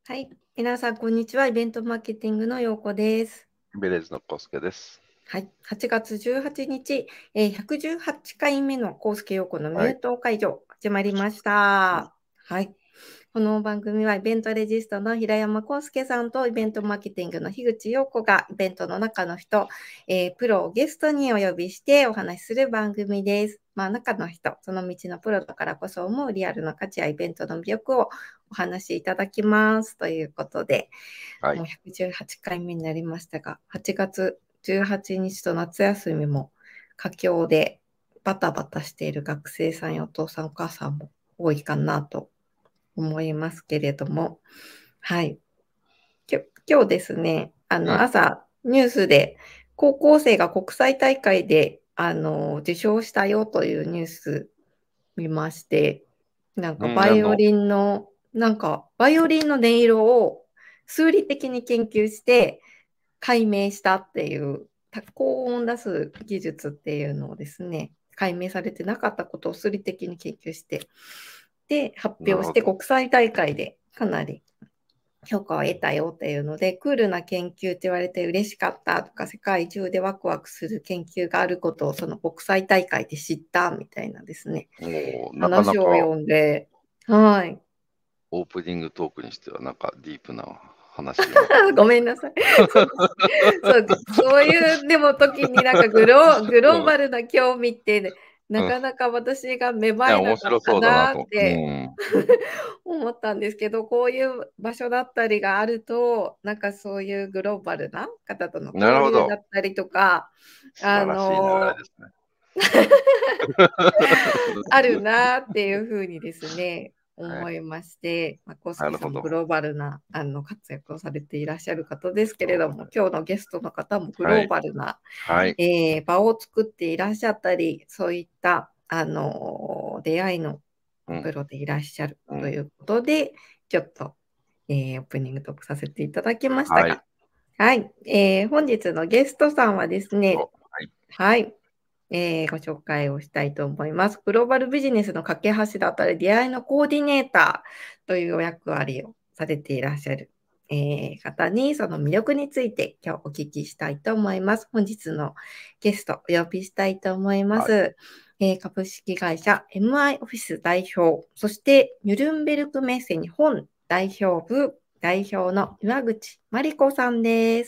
はい。皆さん、こんにちは。イベントマーケティングのようこです。 ベレーズのコスケです。 はい。8月18日、118回目のコウスケ陽子のミはい。 ュート会場、始まりました。はい。この番組はイベントレジストの平山康介さんとイベントマーケティングの樋口陽子がイベントの中の人、プロをゲストにお呼びしてお話しする番組です。中の人、その道のプロだからこそ思うリアルな価値やイベントの魅力をお話しいただきますということで、もうはい。 118回目になりましたが、8月18日と夏休みも佳境でバタバタしている学生さんやお父さんお母さんも多いかなと思いますけれども、はい。今日ですね、 うん。 朝ニュースで高校生が国際大会で受賞したよというニュース見まして、 うん、なんのバイオリンの音色を数理的に研究して解明したっていう高音を出す技術っていうのをですね、解明されてなかったことを数理的に研究して、で、発表してなるほど。 国際大会でかなり評価を得たよっていうので、クールな研究って言われて嬉しかったとか、世界中でワクワクする研究があることをその国際大会で知ったみたいなですね、 なかなか話を読んで、はい。 オープニングトークにしてはなんかディープな話が。 ごめんなさい。そうそういうでも時になんかグローうん。 バルな興味って、なうん。いかなか私が芽生や、 えな面白かったそうだなと。うなってん。 思ったんですけど、こういう場所だったりがあると、なんかそういうグローバルな方との交流だなるほど。 ったりとか、 素あ晴らしい流れのですね。 あるなっていうふうにですね、 はい。 思いまして、コスケなるほど。 さんもグローバルな活躍をされていらっしゃる方ですけれども、今日のゲストの方もグローはい。 バルな、 はい。 場を作っていらっしゃったり、そういった出会いのうん。 プロでいらっしゃるうん。 ということで、ちょっと、オープニングトークさせていただきましたはい。 が、はい、本日のゲストさんはですね、 はい。 はい。ご紹介をしたいと思います。グローバルビジネスの架け橋だったり、出会いのコーディネーターというお役割をされていらっしゃる、方に、その魅力について今日お聞きしたいと思います。本日のゲストお呼びしたいと思いまはい。 す。株式会社 MI オフィス代表、そしてニュルンベルクメッセ日本代表部代表の岩口真理子さんです。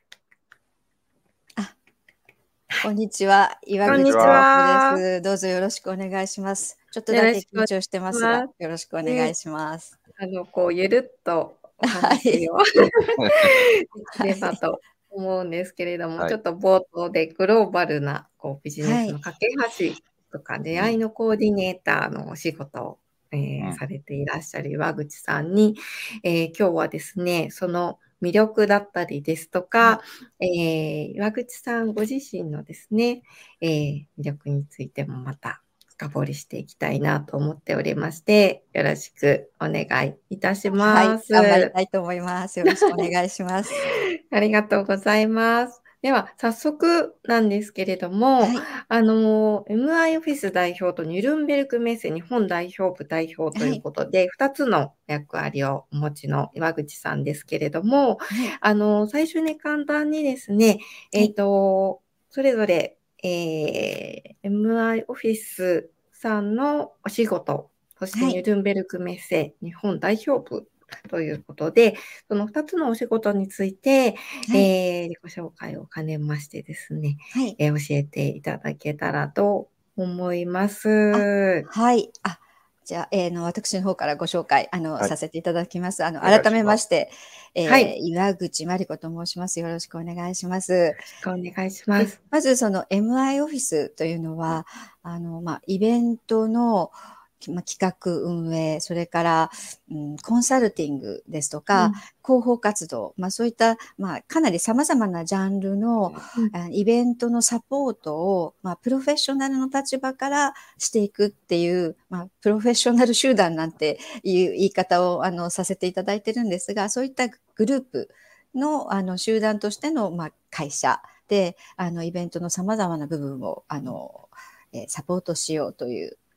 あ、こんにちは。岩こんにち口真こんにちは。 理子では。 す。どうぞよろしくお願いします。ちょっとよだろしくお願いしけ緊張してますが、 ます。 よろしくお願いね、 します。 ゆるっとおはい。 話をできはい。 ればと思うんですけれども、 はい。 ちょっと冒頭でグローバルなビジネはい。 スの架け橋とか出うん。 会いのコーディネーターのお仕事を、 うん。 されていらっしゃる岩口さんに、今日はですね、その魅力だったりですとか、 はい。 岩口さんご自身のですね、魅力についてもまた深掘りしていきたいなと思っておりまして、よろしくお願いいたしはい。 ます。 頑張りたいと思います。よろしくお願いします。 ありがとうございます。では、早速なんですけれども、 はい。 MI オフィス代表とニュルンベルクメッセ日本代表部代表というはい。 ことで、2つの役割をお持ちの岩口さんですけれども、 はい。 最初に簡単にですね、 はい。 それぞれ、MI オフィスさんのお仕事、そしてはい。 ニュルンベルクメッセ日本代表部ということで、その2つのお仕事について、 はい。 ご紹介を兼ねましてですね、 はい。 教えていただけたらと思いまあ、 す。 はい。じゃあ、私の方からご紹介、 はい。 させていただきます。 お願い改めします。 まして、 はい。よ岩口真理子と申します。よろしくお願いします。 ろしくお願いします。 まずその MI オフィスというのは、イベントの、企画運営、それから、コンサルティングですとか、 うん、 広報活動、そういった、かなり様々なジャンルのうん。 うん、 イベントのサポートを、プロフェッショナルの立場からしていくっていう、プロフェッショナル集団なんていう言い方をさせていただいてるんですが、そういったグループの、集団としての、会社でイベントのさまざまな部分をサポートしようという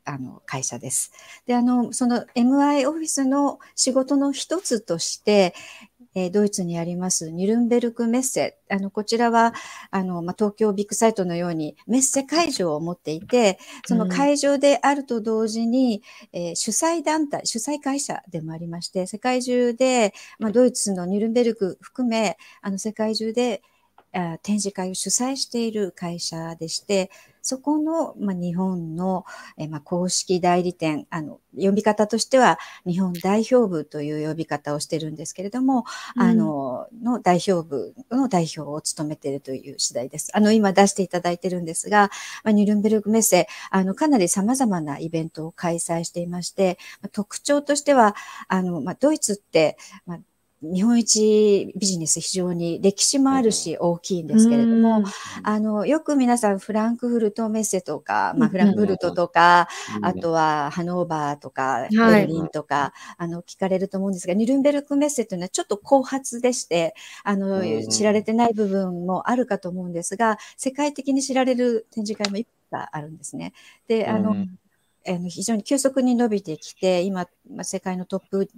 会社です。で、その MI オフィスの仕事の一つとして、ドイツにありますニュルンベルクメッセ。こちらは、東京ビッグサイトのようにメッセ会場を持っていて、その会場であると同時に、主催団体、主催会社でもありまして、世界中で、ドイツのニュルンベルク含め、世界中で展示会を主催している会社でして、そこの、日本の、公式代理店、呼び方としては日本代表部という呼び方をしてるんですけれども、の代表部の代表を務めているという次第です。今出していただいてるんですが、ニュルンベルクメッセ、かなり様々なイベントを開催していまして、特徴としては、ドイツって、日本一ビジネス非常に歴史もあるし大きいんですけれども、よく皆さんフランクフルトメッセとか、フランクフルトとか、あとはハノーバーとか、ベルリンとか、聞かれると思うんですが、ニュルンベルクメッセというのはちょっと後発でして、知られてない部分もあるかと思うんですが、世界的に知られる展示会もいくつかあるんですね。で、非常に急速に伸びてきて、今、世界のトップ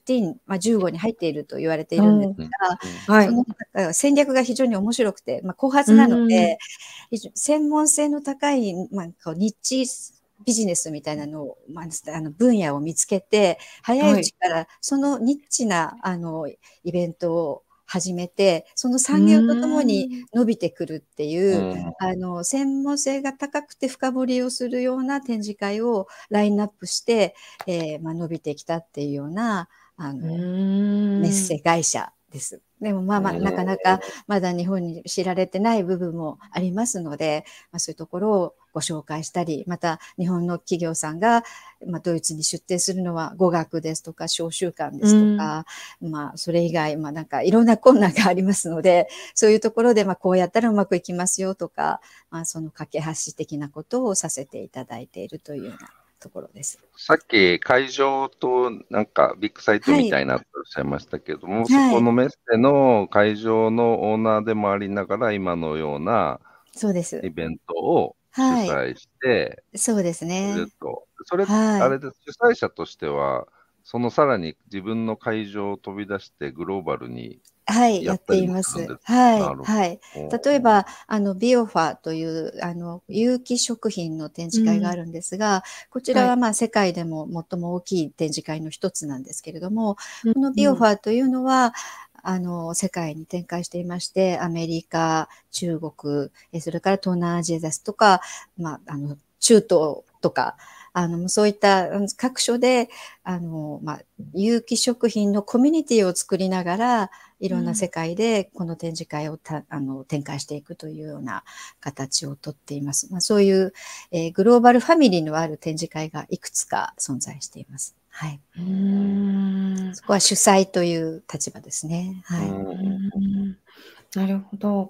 15、15に入っていると言われているんですが、その戦略が非常に面白くて、後発なので、専門性の高い、ニッチビジネスみたいなのを、分野を見つけて、早いうちからそのニッチな、イベントを始めて、その産業とともに伸びてくるっていう、専門性が高くて深掘りをするような展示会をラインナップして、伸びてきたっていうような、メッセ会社です。でもなかなかまだ日本に知られてない部分もありますので、そういうところをご紹介したり、また日本の企業さんが、ドイツに出展するのは語学ですとか、商習慣ですとか、それ以外、なんかいろんな困難がありますので、そういうところで、こうやったらうまくいきますよとか、その架け橋的なことをさせていただいているというようなところです。 さっき会場となんかビッグサイトみたいなとおっしゃいましたけども、そこのメッセの会場のオーナーでもありながら、今のようなイベントを主催して、 そうですね。 それ、あれです、主催者としては、そのさらに自分の会場を飛び出してグローバルにやっています。例えば、ビオファという、有機食品の展示会があるんですが、こちらは世界でも最も大きい展示会の一つなんですけれども、このビオファというのは、世界に展開していまして、アメリカ、中国、それから東南アジアですとか、中東とか、そういった各所で、有機食品のコミュニティを作りながら、いろんな世界でこの展示会を展開していくというような形をとっています。そういう、グローバルファミリーのある展示会がいくつか存在しています。はい。そこは主催という立場ですね。はい。 なるほど。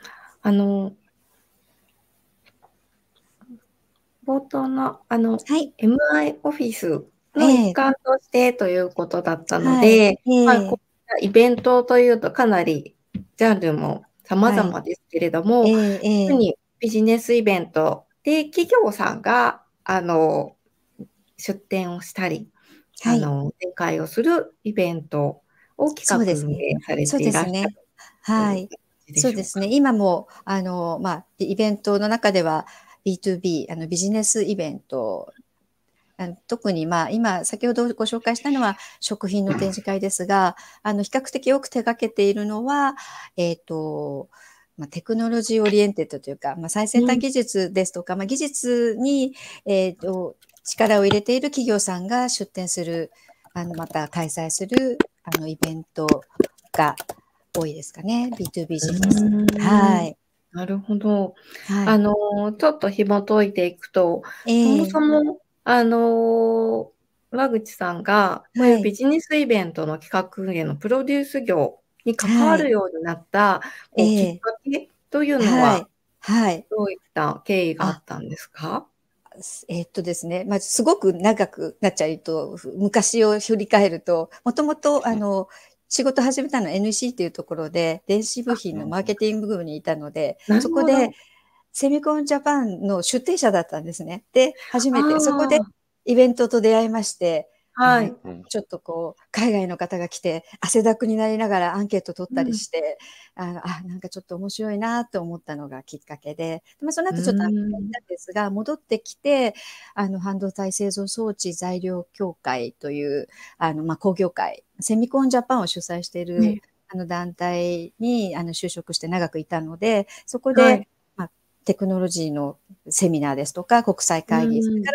冒頭のMI オフィスの一環としてということだったので、こういったイベントというとかなりジャンルも様々ですけれども、特にビジネスイベントで企業さんが出展をしたり、展開をするイベントを企画運営されていらっしゃる。 はい。そうですね。今もイベントの中ではB2B、ビジネスイベント、特に今、先ほどご紹介したのは食品の展示会ですが、比較的よく手掛けているのは、テクノロジーオリエンテッドというか、最先端技術ですとか、技術に、力を入れている企業さんが出展する、また開催する、イベントが多いですかね。B2B ビジネス。はい。 なるほど。ちょっと紐解いていくと、そもそも、和口さんが、こういうビジネスイベントの企画運営のプロデュース業に関わるようになった、きっかけというのは、どういった経緯があったんですか？ ですね、すごく長くなっちゃうと、昔を振り返ると、もともと、仕事始めたのは NEC というところで、電子部品のマーケティング部にいたので、そこでセミコンジャパンの出展者だったんですね。で、初めて、そこでイベントと出会いまして、 はい。 ちょっとこう、海外の方が来て、汗だくになりながらアンケート取ったりして、なんかちょっと面白いなと思ったのがきっかけで、その後ちょっとアメリカに行ったんですが、戻ってきて、半導体製造装置材料協会という、工業会、セミコンジャパンを主催している、団体に就職して長くいたので、そこで、テクノロジーのセミナーですとか、国際会議、それから、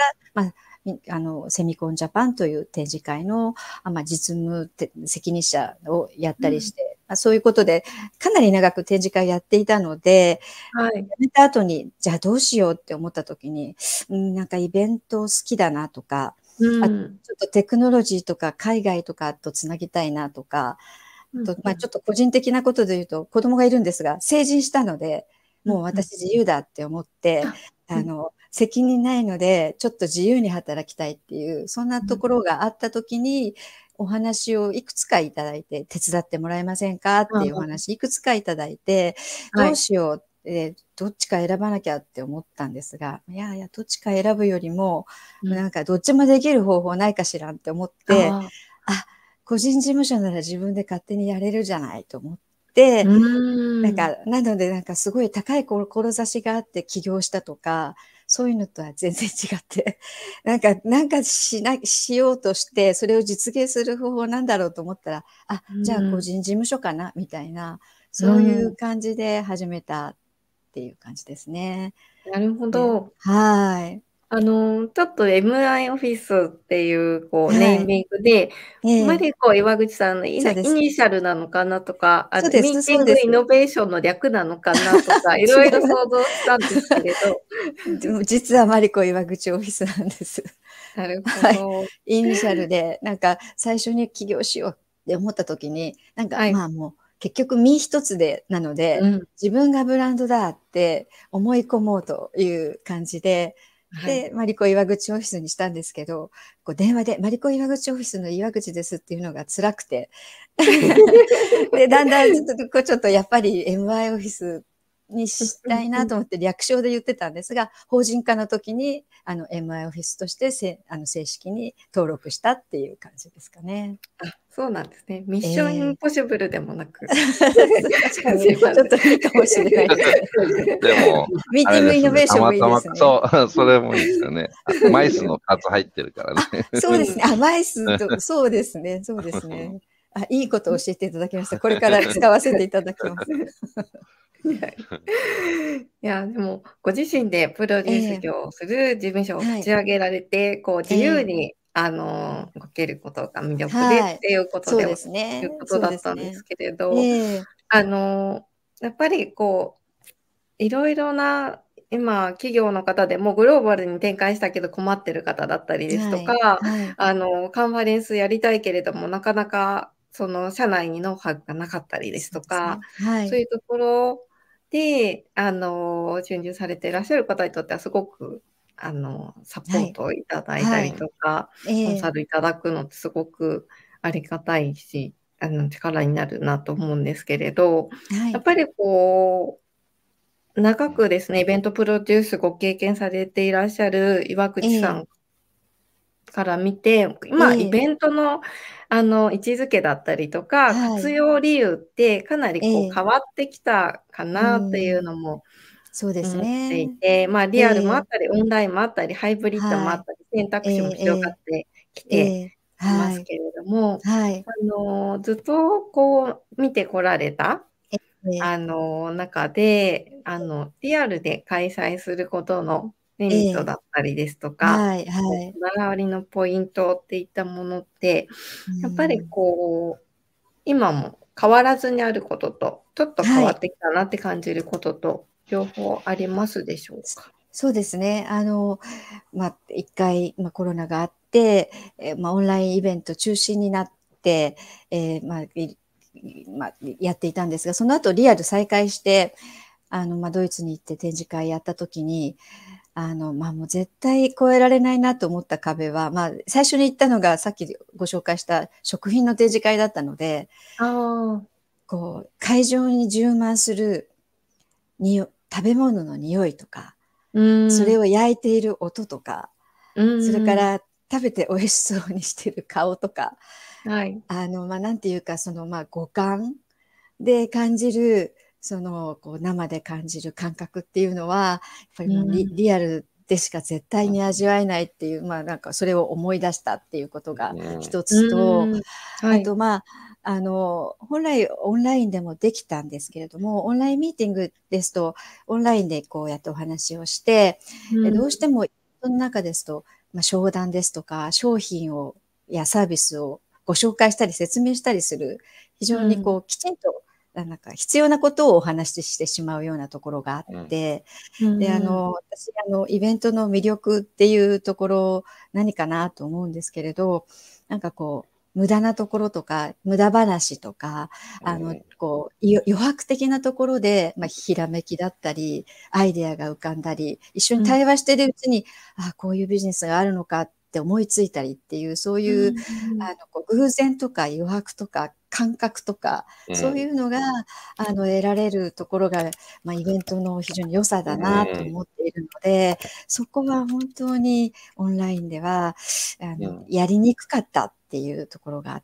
セミコンジャパンという展示会の、実務責任者をやったりして、そういうことで、かなり長く展示会やっていたので、辞めた後に、じゃあどうしようって思った時に、なんかイベント好きだなとか、ちょっとテクノロジーとか海外とかとつなぎたいなとか、ちょっと個人的なことで言うと、子供がいるんですが、成人したので、もう私自由だって思って、責任ないので、ちょっと自由に働きたいっていう、そんなところがあった時に、お話をいくつかいただいて、手伝ってもらえませんかっていうお話、いくつかいただいて、どうしようって、どっちか選ばなきゃって思ったんですが、いやいや、どっちか選ぶよりも、なんかどっちもできる方法ないかしらって思って、個人事務所なら自分で勝手にやれるじゃないと思って、なのですごい高い志があって起業したとか、そういうのとは全然違って、しようとして、それを実現する方法なんだろうと思ったら、じゃあ個人事務所かな、みたいな、そういう感じで始めたっていう感じですね。 なるほど。 はい。 ちょっと MI オフィスっていう、ネーミングで、マリコ岩口さんのイニシャルなのかなとか、ミーティングイノベーションの略なのかなとか、いろいろ想像したんですけれど。 でも実はマリコ岩口オフィスなんです。 なるほど。 イニシャルで、最初に起業しようって思った時に、もう結局身一つで、なので、自分がブランドだって思い込もうという感じで、で、マリコ岩口オフィスにしたんですけど、電話で、マリコ岩口オフィスの岩口ですっていうのが辛くて。で、だんだんちょっとやっぱり MI オフィスにしたいなと思って略称で言ってたんですが、法人化の時に、MI オフィスとして正式に登録したっていう感じですかね。 そうなんですね。ミッションインポッシブルでもなく。 確かに、ちょっといいかもしれないですね。 でも、 ミーティングイノベーションもいいですね。 そう、それもいいですよね。マイスの2つ入ってるからね。 そうですね。マイスと、そうですね。そうですね。いいことを教えていただきました。これから使わせていただきます。 いや、でも、ご自身でプロデュース業をする事務所を立ち上げられて、自由に、動けることが魅力でっていうことで、いうことだったんですけれど、やっぱりいろいろな、今、企業の方でもグローバルに展開したけど困ってる方だったりですとか、カンファレンスやりたいけれども、なかなか、社内にノウハウがなかったりですとか、そういうところで、注入されていらっしゃる方にとってはすごく、サポートをいただいたりとか、コンサルいただくのってすごくありがたいし、力になるなと思うんですけれど、やっぱり長くですね、イベントプロデュースご経験されていらっしゃる岩口さんから見て、今、イベントの、位置づけだったりとか、活用理由ってかなり変わってきたかなっていうのもそうです思っていね。 て、リアルもあったり、オンラインもあったり、ハイブリッドもあったり、選択肢も広がってきていますけれども、ずっと見てこられた中で、リアルで開催することのメリットだったりですとか、こだわりのポイントっていったものって、やっぱり今も変わらずにあることと、ちょっと変わってきたなって感じることと、両方ありますでしょうか？ そうですね。一回、コロナがあって、オンラインイベント中止になって、やっていたんですが、その後リアル再開して、ドイツに行って展示会やった時に、もう絶対越えられないなと思った壁は、最初に行ったのがさっきご紹介した食品の展示会だったので、会場に充満する食べ物の匂いとか、それを焼いている音とか、それから食べて美味しそうにしてる顔とか、 はい。 なんていうか、五感で感じる、こう生で感じる感覚っていうのは、やっぱりもうリアルでしか絶対に味わえないっていう、なんかそれを思い出したっていうことが一つと、 はい、 あと本来オンラインでもできたんですけれども、オンラインミーティングですと、オンラインでこうやってお話をして、どうしてもその中ですと、商談ですとか、商品やサービスをご紹介したり説明したりする、非常にこう、きちんと、なんか必要なことをお話ししてしまうようなところがあって、で、私、イベントの魅力っていうところ、何かなと思うんですけれど、なんかこう、無駄なところとか、無駄話とか、こう、余白的なところで、ひらめきだったり、アイデアが浮かんだり、一緒に対話しているうちに、こういうビジネスがあるのかって思いついたりっていう、そういう、こう偶然とか余白とか感覚とか、そういうのが、得られるところが、イベントの非常に良さだなと思っているので、そこは本当にオンラインでは、やりにくかったっていうところがあって、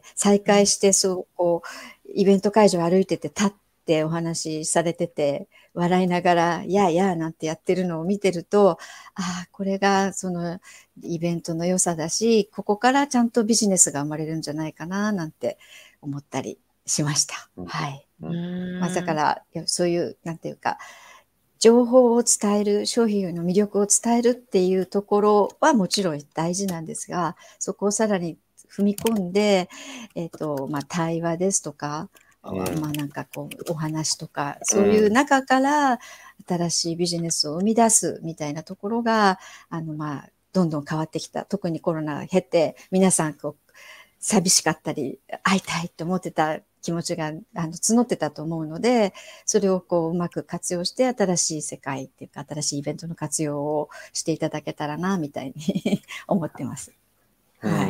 再開して、こう、イベント会場を歩いてて立ってお話しされてて、笑いながら、やあやあなんてやってるのを見てると、これがそのイベントの良さだし、ここからちゃんとビジネスが生まれるんじゃないかな、なんて思ったりしました。はい。だから、そういう、なんていうか、情報を伝える、商品の魅力を伝えるっていうところはもちろん大事なんですが、そこをさらに踏み込んで、対話ですとか、なんかこう、お話とか、そういう中から新しいビジネスを生み出すみたいなところが、どんどん変わってきた。特にコロナを経て、皆さんこう、寂しかったり、会いたいって思ってた気持ちが募ってたと思うので、それをこううまく活用して新しい世界っていうか新しいイベントの活用をしていただけたらな、みたいに思ってます。はい。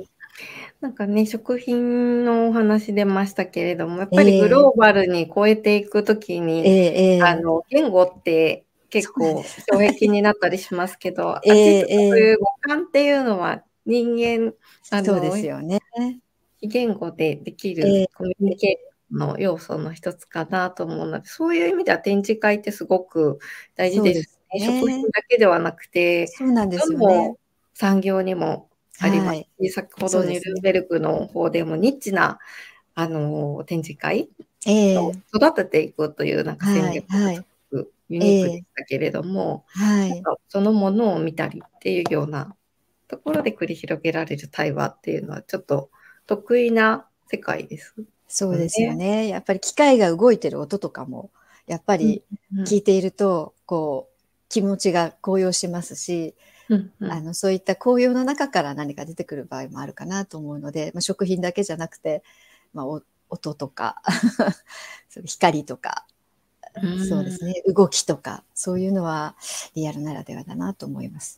なんかね、食品のお話出ましたけれども、やっぱりグローバルに超えていくときに、言語って結構障壁になったりしますけど、そういう五感っていうのは人間、 そうですよね。 非言語でできるコミュニケーションの要素の一つかなと思うので、そういう意味では展示会ってすごく大事ですね。食品だけではなくて、 そうなんですよね。 どの産業にもありますし、先ほどニュルンベルクの方でもニッチな展示会を育てていくというなんか戦略がすごくユニークでしたけれども、そのものを見たりっていうようなところで繰り広げられる対話っていうのはちょっと得意な世界です。 そうですよね。やっぱり機械が動いてる音とかも、やっぱり聞いていると、こう、気持ちが高揚しますし、そういった高揚の中から何か出てくる場合もあるかなと思うので、食品だけじゃなくて、音とか光とか、そうですね、動きとか、そういうのはリアルならではだなと思います。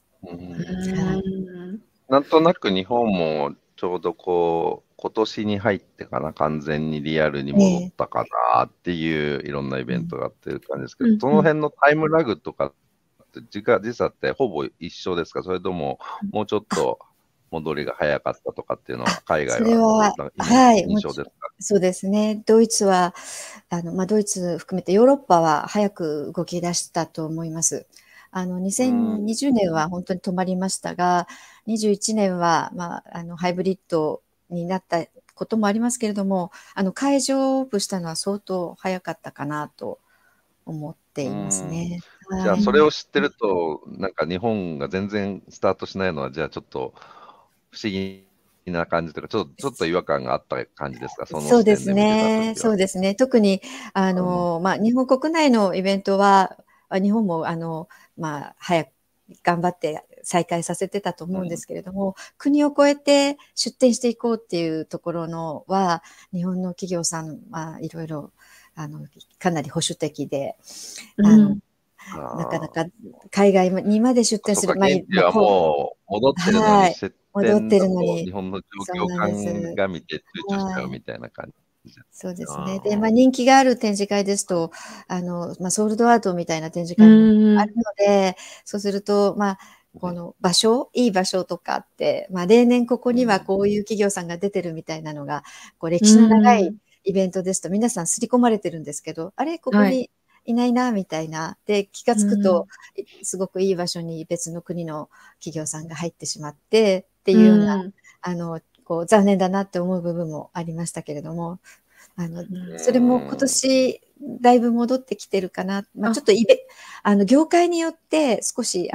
なんとなく日本もちょうどこう、今年に入ってかな、完全にリアルに戻ったかなっていういろんなイベントがあってる感じですけど、その辺のタイムラグとかって時差ってほぼ一緒ですか？それとももうちょっと戻りが早かったとかっていうのは海外は印象ですか？ そうですね。ドイツは、ドイツ含めてヨーロッパは早く動き出したと思います。2020年は本当に止まりましたが、21年は、ハイブリッドになったこともありますけれども、会場をオープンしたのは相当早かったかなと思っていますね。 じゃあ、それを知ってると、なんか日本が全然スタートしないのは、じゃあちょっと不思議な感じというか、ちょっと違和感があった感じですか？その視点で見てた時は。 そうですね。特に、日本国内のイベントは、日本も、早く頑張って再開させてたと思うんですけれども、国を越えて出展していこうっていうところのは、日本の企業さんはいろいろ、かなり保守的で、なかなか海外にまで出展する前にはもう戻ってるのに、 戻ってるのに日本の状況感が見て躊躇しちゃうみたいな感じ。 そうですね。で、人気がある展示会ですと、ソールドアウトみたいな展示会もあるので、そうすると、 この場所、いい場所とかって、例年ここにはこういう企業さんが出てるみたいなのが、歴史の長いイベントですと皆さん刷り込まれてるんですけど、あれここにいないな、みたいな。で、気がつくと、すごくいい場所に別の国の企業さんが入ってしまってっていうような、残念だなって思う部分もありましたけれども、それも今年だいぶ戻ってきてるかな。ちょっと業界によって少し、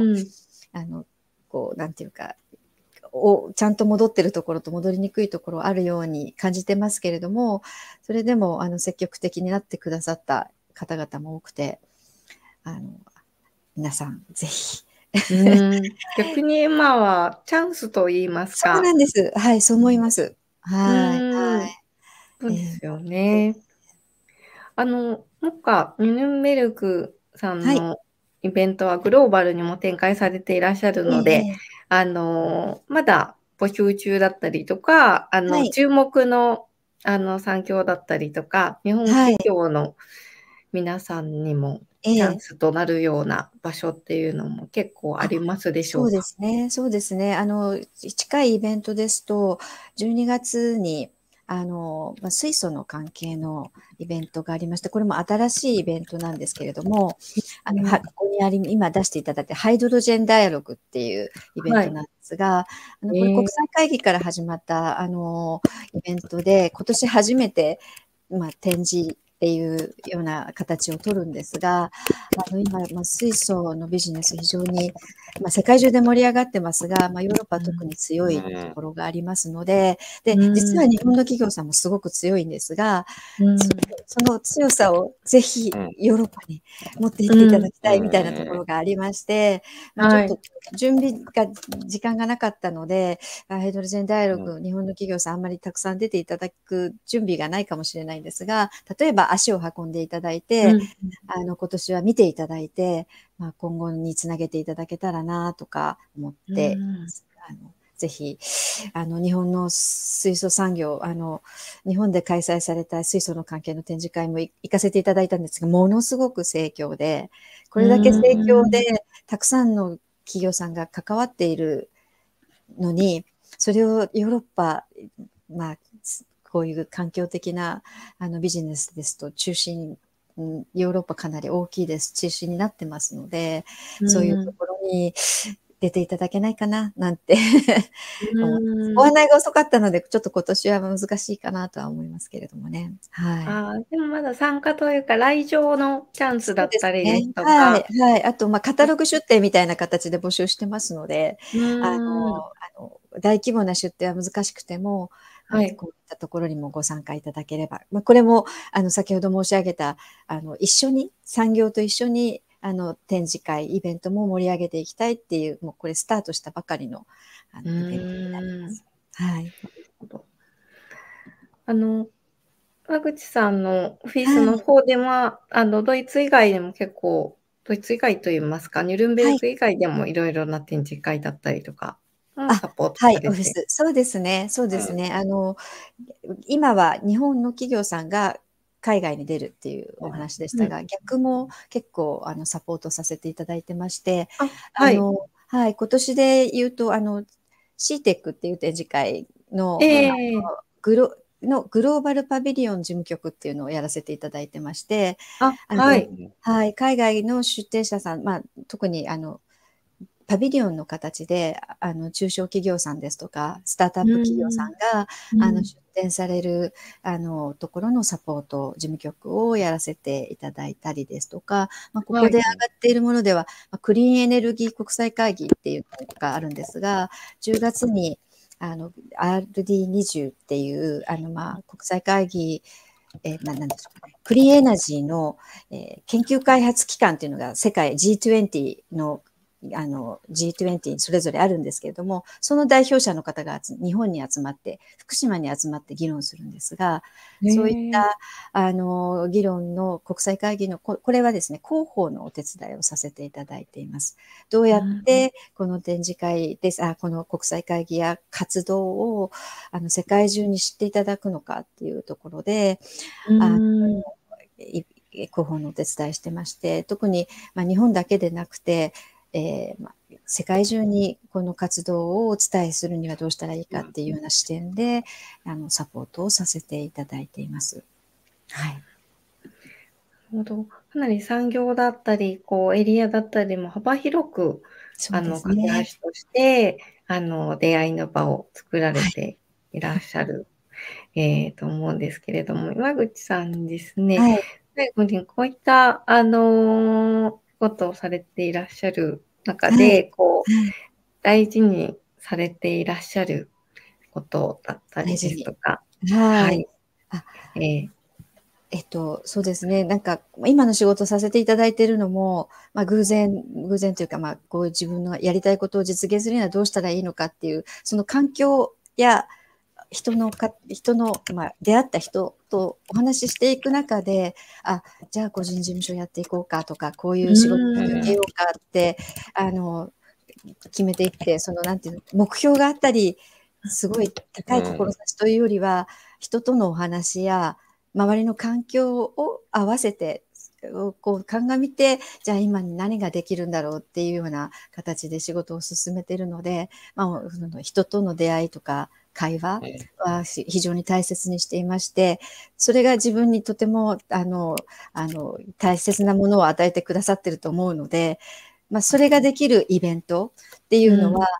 なんていうか、ちゃんと戻ってるところと戻りにくいところあるように感じてますけれども、それでも積極的になってくださった方々も多くて、皆さんぜひ。 逆に今はチャンスと言いますか。 そうなんです。はい、そう思います。はい。 そうですよね。もっかニュルンベルクさんのイベントはグローバルにも展開されていらっしゃるので、まだ募集中だったりとか、注目の産業だったりとか、日本企業の皆さんにもチャンスとなるような場所っていうのも結構ありますでしょうか？ そうですね。そうですね。近いイベントですと、12月に、水素の関係のイベントがありまして、これも新しいイベントなんですけれども、ここに今出していただいて、ハイドロジェンダイアログっていうイベントなんですが、これ国際会議から始まった、イベントで、今年初めて、展示っていうような形を取るんですが、今、水素のビジネス非常に、世界中で盛り上がってますが、ヨーロッパは特に強いところがありますので、実は日本の企業さんもすごく強いんですが、その強さをぜひヨーロッパに持って行っていただきたいみたいなところがありまして、ちょっと準備が、時間がなかったので、ハイドロジェンダイアログ、日本の企業さんあんまりたくさん出ていただく準備がないかもしれないんですが、例えば足を運んでいただいて、今年は見ていただいて、今後につなげていただけたらなとか思っています。ぜひ、日本の水素産業、日本で開催された水素の関係の展示会も行かせていただいたんですが、ものすごく盛況で、これだけ盛況で、たくさんの企業さんが関わっているのに、それをヨーロッパ、こういう環境的なビジネスですと中心、ヨーロッパかなり大きいです。中心になってますので、そういうところに出ていただけないかな、なんてご案内が遅かったので、ちょっと今年は難しいかなとは思いますけれどもね。 でもまだ参加というか、来場のチャンスだったりですとか。あと、カタログ出展みたいな形で募集してますので、大規模な出展は難しくても、こういったところにもご参加いただければ。これも、先ほど申し上げた、一緒に、産業と一緒に、展示会、イベントも盛り上げていきたいっていう、もうこれスタートしたばかりの、イベントになります。 川口さんのオフィスの方では、ドイツ以外でも結構、ドイツ以外といいますか、ニュルンベルク以外でもいろいろな展示会だったりとか、サポートされて。 オフィス。そうですね。そうですね。今は日本の企業さんが海外に出るっていうお話でしたが、逆も結構サポートさせていただいてまして、今年で言うと、CTEC っていう展示会の、グローバルパビリオン事務局っていうのをやらせていただいてまして、海外の出展者さん、特にパビリオンの形で中小企業さんですとかスタートアップ企業さんが出展されるところのサポート事務局をやらせていただいたりですとか、ここで上がっているものでは、クリーンエネルギー国際会議っていうのがあるんですが、10月にRD20 っていう国際会議、なんでしょうね、クリーンエナジーの、研究開発機関っていうのが世界 G20 のG20 それぞれあるんですけれども、その代表者の方が日本に集まって、福島に集まって議論するんですが、そういった議論の国際会議のこれはですね、広報のお手伝いをさせていただいています。どうやってこの展示会です、この国際会議や活動を世界中に知っていただくのかっていうところで、広報のお手伝いしてまして、特に、日本だけでなくて、 世界中にこの活動をお伝えするにはどうしたらいいかっていうような視点で、サポートをさせていただいています。はい。 かなり産業だったり、エリアだったりも幅広く、架け橋として、出会いの場を作られていらっしゃる、と思うんですけれども、岩口さんですね、最後にこういった、ことをされていらっしゃる中で、大事にされていらっしゃることだったりですとか、 はい。そうですね。なんか、今の仕事させていただいているのも、偶然というか、こういう自分のやりたいことを実現するにはどうしたらいいのかっていう、その環境や人の、出会った人とお話ししていく中で、じゃあ個人事務所やっていこうかとか、こういう仕事に受けようかって、決めていって、なんていうの、目標があったり、すごい高い志というよりは、人とのお話や、周りの環境を合わせて、鑑みて、じゃあ今に何ができるんだろうっていうような形で仕事を進めているので、人との出会いとか会話は非常に大切にしていまして、それが自分にとても大切なものを与えてくださっていると思うので、それができるイベントっていうのは、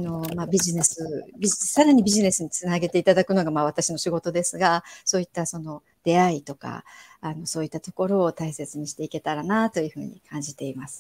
さらにビジネスにつなげていただくのが私の仕事ですが、そういった出会いとか、そういったところを大切にしていけたらなというふうに感じています。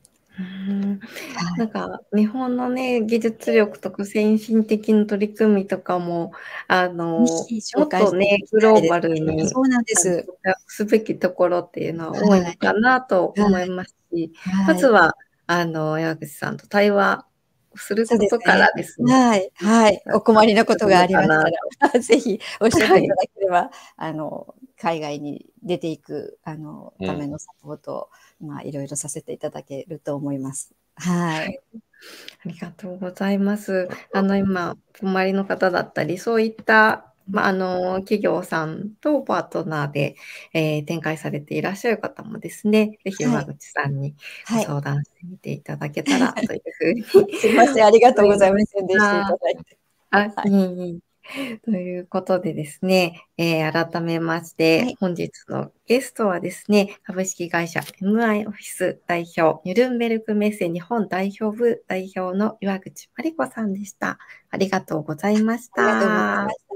なんか日本のね、技術力とか先進的な取り組みとかも、もっとね、グローバルにそうなんです。 すべきところっていうのは多いのかなと思いますし、まずは、岩口さんと対話することからですね。 はい。お困りのことがありましたら、ぜひおっしゃっていただければ、海外に出ていく、ためのサポートを、いろいろさせていただけると思います。はい。 ありがとうございます。今、お困りの方だったり、そういった、企業さんとパートナーで、展開されていらっしゃる方もですね、ぜひ岩口さんにご相談してみていただけたらというふうに。 すいません、ありがとうございます。宣伝していただいて。 ということでですね、改めまして、本日のゲストはですね、株式会社 MI オフィス代表、ニュルンベルクメッセ日本代表部代表の岩口真理子さんでした。ありがとうございました。 ありがとうございました。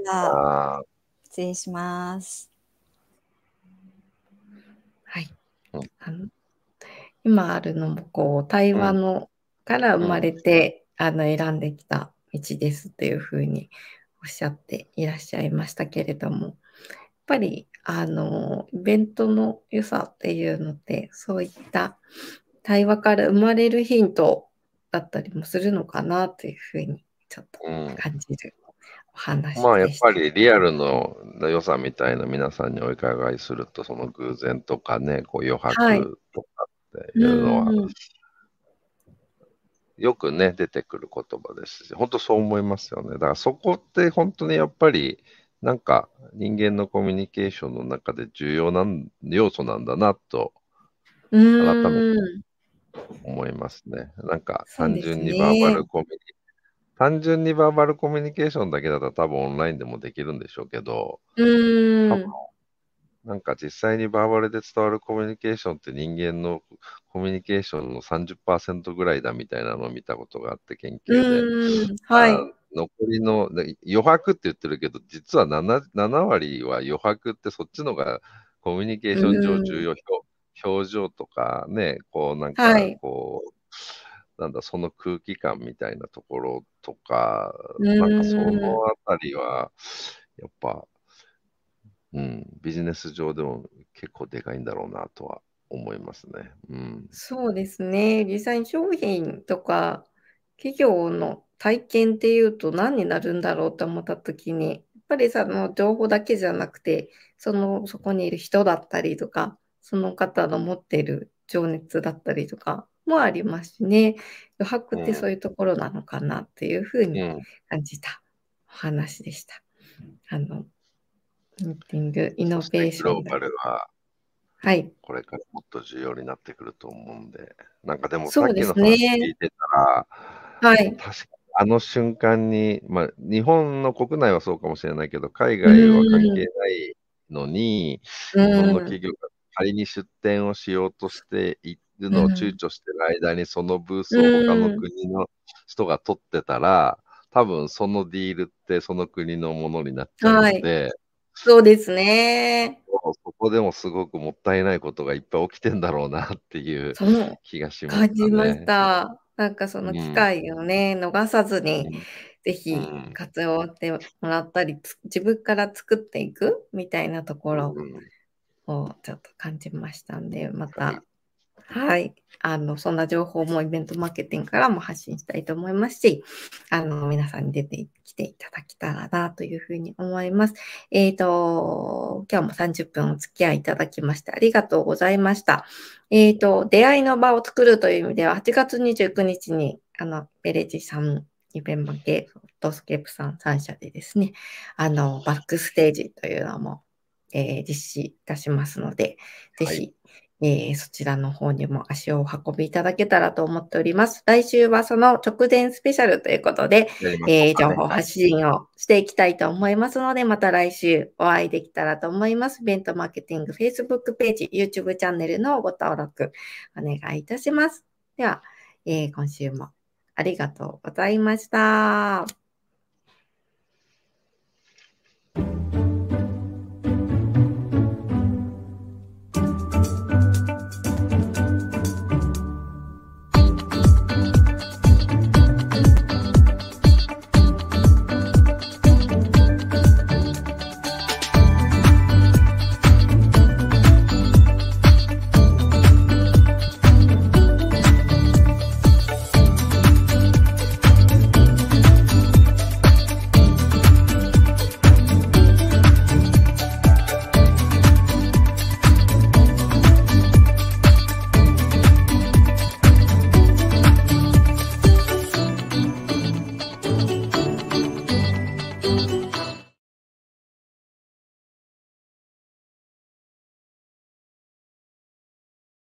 失礼します。 はい。今あるのも、対話のから生まれて、選んできた道ですというふうにおっしゃっていらっしゃいましたけれども、やっぱり、イベントの良さっていうのって、そういった対話から生まれるヒントだったりもするのかなというふうに、ちょっと感じるお話でした。 やっぱりリアルの良さみたいな皆さんにお伺いすると、その偶然とかね、余白とかっていうのは、よくね、出てくる言葉ですし、本当そう思いますよね。だからそこって本当にやっぱり、なんか人間のコミュニケーションの中で重要な要素なんだなと、改めて思いますね。なんか単純にバーバルコミュニケーションだけだったら多分オンラインでもできるんでしょうけど、多分なんか実際にバーバルで伝わるコミュニケーションって人間のコミュニケーションの 30% ぐらいだみたいなのを見たことがあって研究で、残りの余白って言ってるけど、実は 7割は余白ってそっちのがコミュニケーション上重要、表情とかね、その空気感みたいなところとか、なんかそのあたりは、やっぱ、ビジネス上でも結構でかいんだろうなとは思いますね。 そうですね。実際に商品とか企業の体験っていうと何になるんだろうと思った時に、やっぱりその情報だけじゃなくて、そこにいる人だったりとか、その方の持っている情熱だったりとかもありますしね。余白ってそういうところなのかなっていうふうに感じたお話でした。ミーティング、イノベーション。 グローバルははい。 これからもっと重要になってくると思うんで。なんかでもさそうでっきのすね。 話聞いてたら、 はい。 確かあの瞬間に、まあ、日本の国内はそうかもしれないけど、海う外は関係ーん。 ないのに、 う日本のん。 企業が仮に出店をしようとしているのを躊うん。 躇してる間に、そのブースを他のうん。 国の人が取ってたら、多分そのディールってその国のものになっちゃうはい。 ので、 そうですね。 そこでもすごくもったいないことがいっぱい起きてんだろうなっていうそう、 気がしまし感じましたね。 た。なんかその機うん。 会をね、逃さずに、 うん。 ぜうひん。 活用してもらったり、自分から作っていくみたいなところうん。 をちょっと感じましたんで、まはい。 た、はい。そんな情報もイベントマーケティングからも発信したいと思いますし、皆さんに出てきていただけたらなというふうに思います。今日も30分お付き合いいただきましてありがとうございました。出会いの場を作るという意味では、8月29日に、ベレジさん、イベントマーケ、フォトスケープさん3社でですね、バックステージというのも、実施いたしますので、ぜはい。 ひ、そちらの方にも足をお運びいただけたらと思っております。来週はその直前スペシャルということで、 やりましょうかね。 情報発信をしていきたいと思いますので、また来週お会いできたらと思います。イベントマーケティング Facebook ページ、YouTube チャンネルのご登録お願いいたします。では、今週もありがとうございました。